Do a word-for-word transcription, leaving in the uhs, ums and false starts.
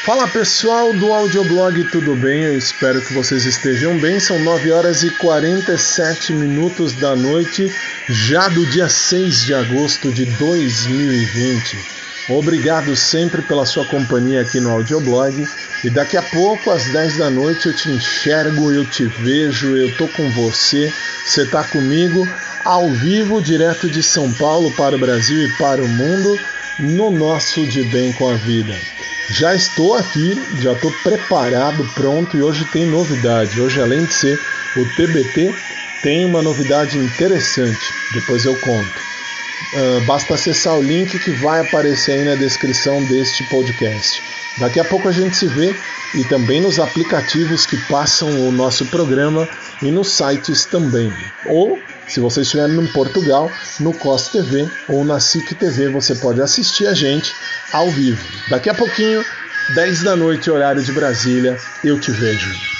Fala pessoal do Audioblog, tudo bem? Eu espero que vocês estejam bem. São nove horas e quarenta e sete minutos da noite, já do dia seis de agosto de dois mil e vinte. Obrigado sempre pela sua companhia aqui no Audioblog. E daqui a pouco, às dez da noite, eu te enxergo, eu te vejo, eu tô com você, você tá comigo, ao vivo, direto de São Paulo para o Brasil e para o mundo, no nosso De Bem com a Vida. Já estou aqui, já estou preparado, pronto, e hoje tem novidade. Hoje, além de ser o T B T, tem uma novidade interessante, depois eu conto. Uh, basta acessar o link que vai aparecer aí na descrição deste podcast. Daqui a pouco a gente se vê, e também nos aplicativos que passam o nosso programa e nos sites também. Ou, se você estiver em Portugal, no C O S T V ou na S I C T V, você pode assistir a gente ao vivo. Daqui a pouquinho, dez da noite, horário de Brasília, eu te vejo.